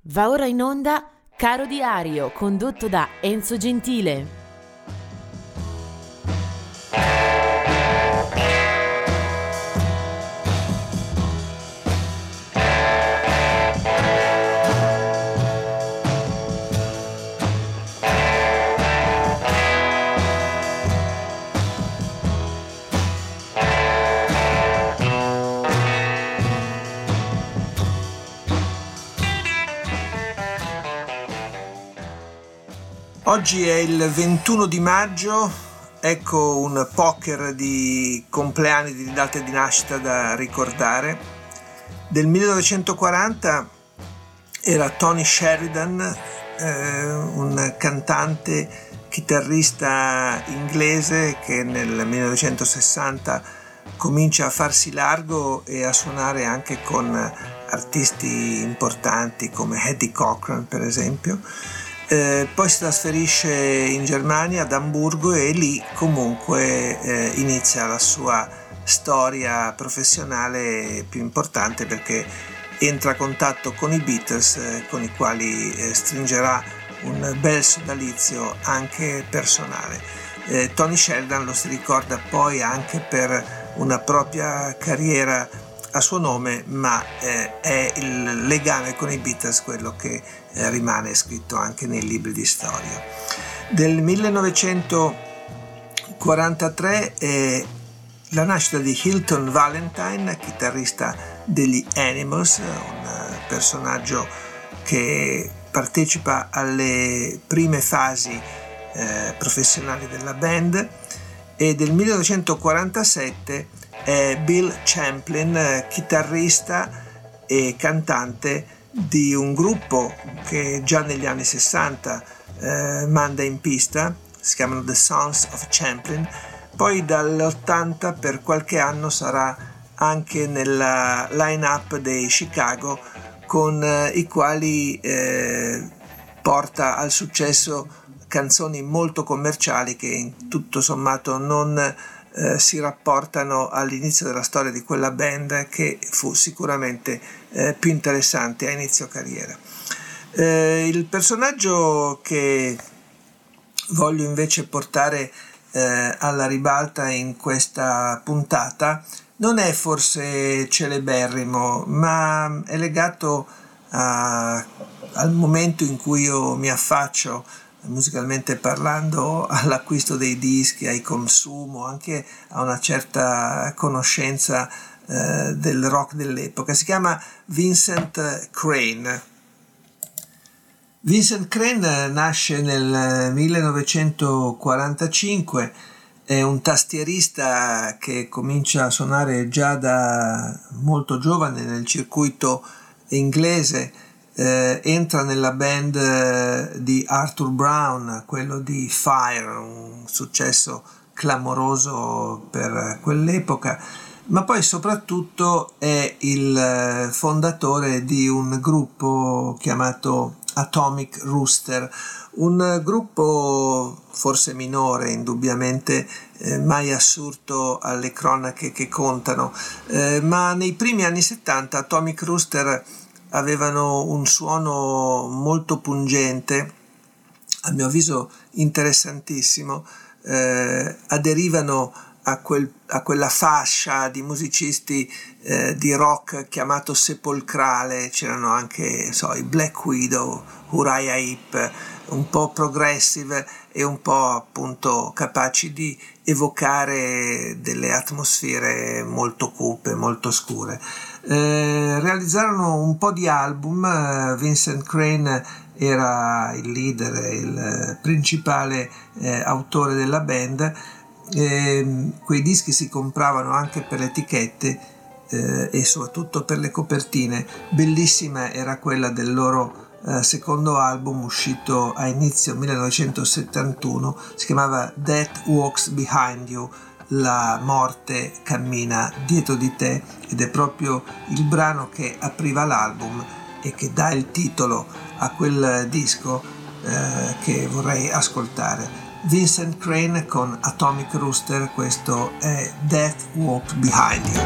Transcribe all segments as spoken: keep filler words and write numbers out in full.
Va ora in onda Caro Diario, condotto da Enzo Gentile. Oggi è il ventuno di maggio, ecco un poker di compleanni, di date di nascita da ricordare. Del millenovecentoquaranta era Tony Sheridan, eh, un cantante chitarrista inglese che nel millenovecentosessanta comincia a farsi largo e a suonare anche con artisti importanti come Eddie Cochran, per esempio. Eh, poi si trasferisce in Germania, ad Amburgo, e lì comunque eh, inizia la sua storia professionale più importante, perché entra a contatto con i Beatles, eh, con i quali eh, stringerà un bel sodalizio anche personale. Eh, Tony Sheridan lo si ricorda poi anche per una propria carriera a suo nome, ma eh, è il legame con i Beatles quello che eh, rimane scritto anche nei libri di storia. Del millenovecentoquarantatré è la nascita di Hilton Valentine, chitarrista degli Animals, un personaggio che partecipa alle prime fasi eh, professionali della band. E del millenovecentoquarantasette è Bill Champlin, chitarrista e cantante di un gruppo che già negli anni sessanta eh, manda in pista, si chiamano The Sons of Champlin. Poi dall'ottanta per qualche anno sarà anche nella line-up dei Chicago, con eh, i quali eh, porta al successo canzoni molto commerciali che in tutto sommato non eh, si rapportano all'inizio della storia di quella band, che fu sicuramente eh, più interessante a inizio carriera. Eh, il personaggio che voglio invece portare eh, alla ribalta in questa puntata non è forse celeberrimo, ma è legato a, al momento in cui io mi affaccio, musicalmente parlando, all'acquisto dei dischi, ai consumo, anche a una certa conoscenza eh, del rock dell'epoca. Si chiama Vincent Crane. Vincent Crane nasce nel millenovecentoquarantacinque, è un tastierista che comincia a suonare già da molto giovane nel circuito inglese. Eh, entra nella band eh, di Arthur Brown, quello di Fire, un successo clamoroso per quell'epoca, ma poi soprattutto è il eh, fondatore di un gruppo chiamato Atomic Rooster, un gruppo forse minore, indubbiamente eh, mai assurto alle cronache che contano, eh, ma nei primi anni settanta Atomic Rooster avevano un suono molto pungente, a mio avviso interessantissimo, eh, aderivano a, quel, a quella fascia di musicisti eh, di rock chiamato sepolcrale. C'erano anche so, i Black Widow, Uriah Heep, un po' progressive e un po' appunto capaci di evocare delle atmosfere molto cupe, molto scure. Eh, realizzarono un po' di album. Vincent Crane era il leader, il principale eh, autore della band. Eh, quei dischi si compravano anche per le etichette eh, e soprattutto per le copertine. Bellissima era quella del loro eh, secondo album, uscito a inizio millenovecentosettantuno, si chiamava Death Walks Behind You, la morte cammina dietro di te, ed è proprio il brano che apriva l'album e che dà il titolo a quel disco eh, che vorrei ascoltare. Vincent Crane con Atomic Rooster, questo è Death Walks Behind You.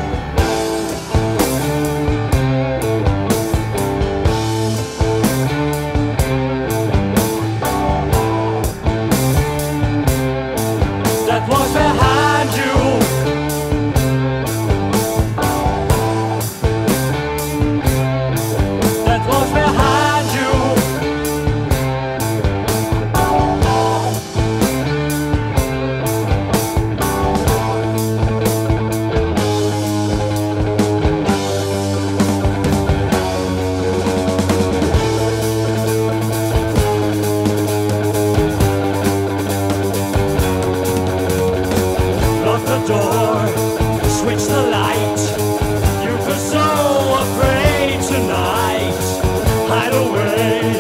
away.